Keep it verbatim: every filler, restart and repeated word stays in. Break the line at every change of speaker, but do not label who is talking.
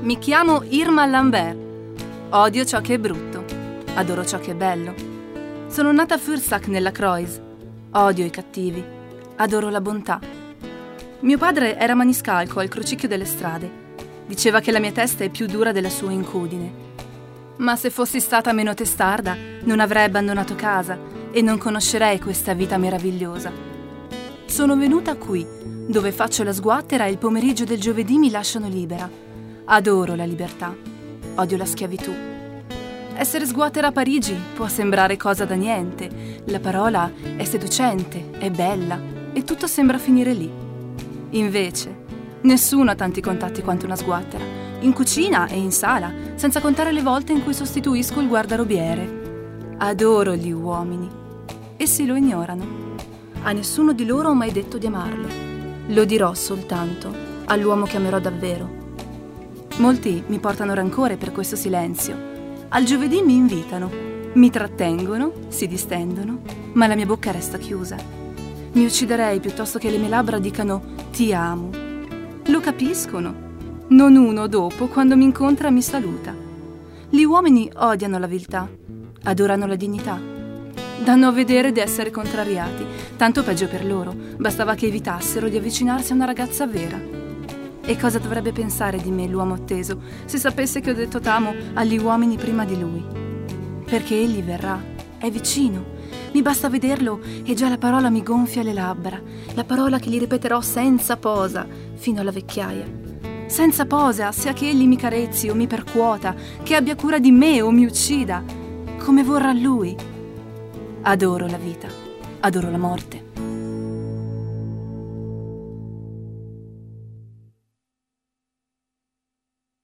Mi chiamo Irma Lambert. Odio ciò che è brutto. Adoro ciò che è bello. Sono nata a Fürsak nella Creuse. Odio i cattivi. Adoro la bontà. Mio padre era maniscalco al crocicchio delle strade. Diceva che la mia testa è più dura della sua incudine. Ma se fossi stata meno testarda, non avrei abbandonato casa e non conoscerei questa vita meravigliosa. Sono venuta qui, dove faccio la sguattera e il pomeriggio del giovedì mi lasciano libera. Adoro la libertà. Odio la schiavitù. Essere sguattera a Parigi può sembrare cosa da niente. La parola è seducente, è bella e tutto sembra finire lì. Invece, nessuno ha tanti contatti quanto una sguattera. In cucina e in sala, senza contare le volte in cui sostituisco il guardarobiere. Adoro gli uomini. Essi lo ignorano. A nessuno di loro ho mai detto di amarlo. Lo dirò soltanto all'uomo che amerò davvero. Molti mi portano rancore per questo silenzio. Al giovedì mi invitano, mi trattengono, si distendono, ma la mia bocca resta chiusa. Mi ucciderei piuttosto che le mie labbra dicano ti amo. Lo capiscono. Non uno dopo, quando mi incontra, mi saluta. Gli uomini odiano la viltà, adorano la dignità. Danno a vedere di essere contrariati, tanto peggio per loro. Bastava che evitassero di avvicinarsi a una ragazza vera. E cosa dovrebbe pensare di me l'uomo atteso se sapesse che ho detto t'amo agli uomini prima di lui? Perché egli verrà, è vicino. Mi basta vederlo e già la parola mi gonfia le labbra, la parola che gli ripeterò senza posa fino alla vecchiaia. Senza posa, sia che egli mi carezzi o mi percuota, che abbia cura di me o mi uccida, come vorrà lui. Adoro la vita, adoro la morte.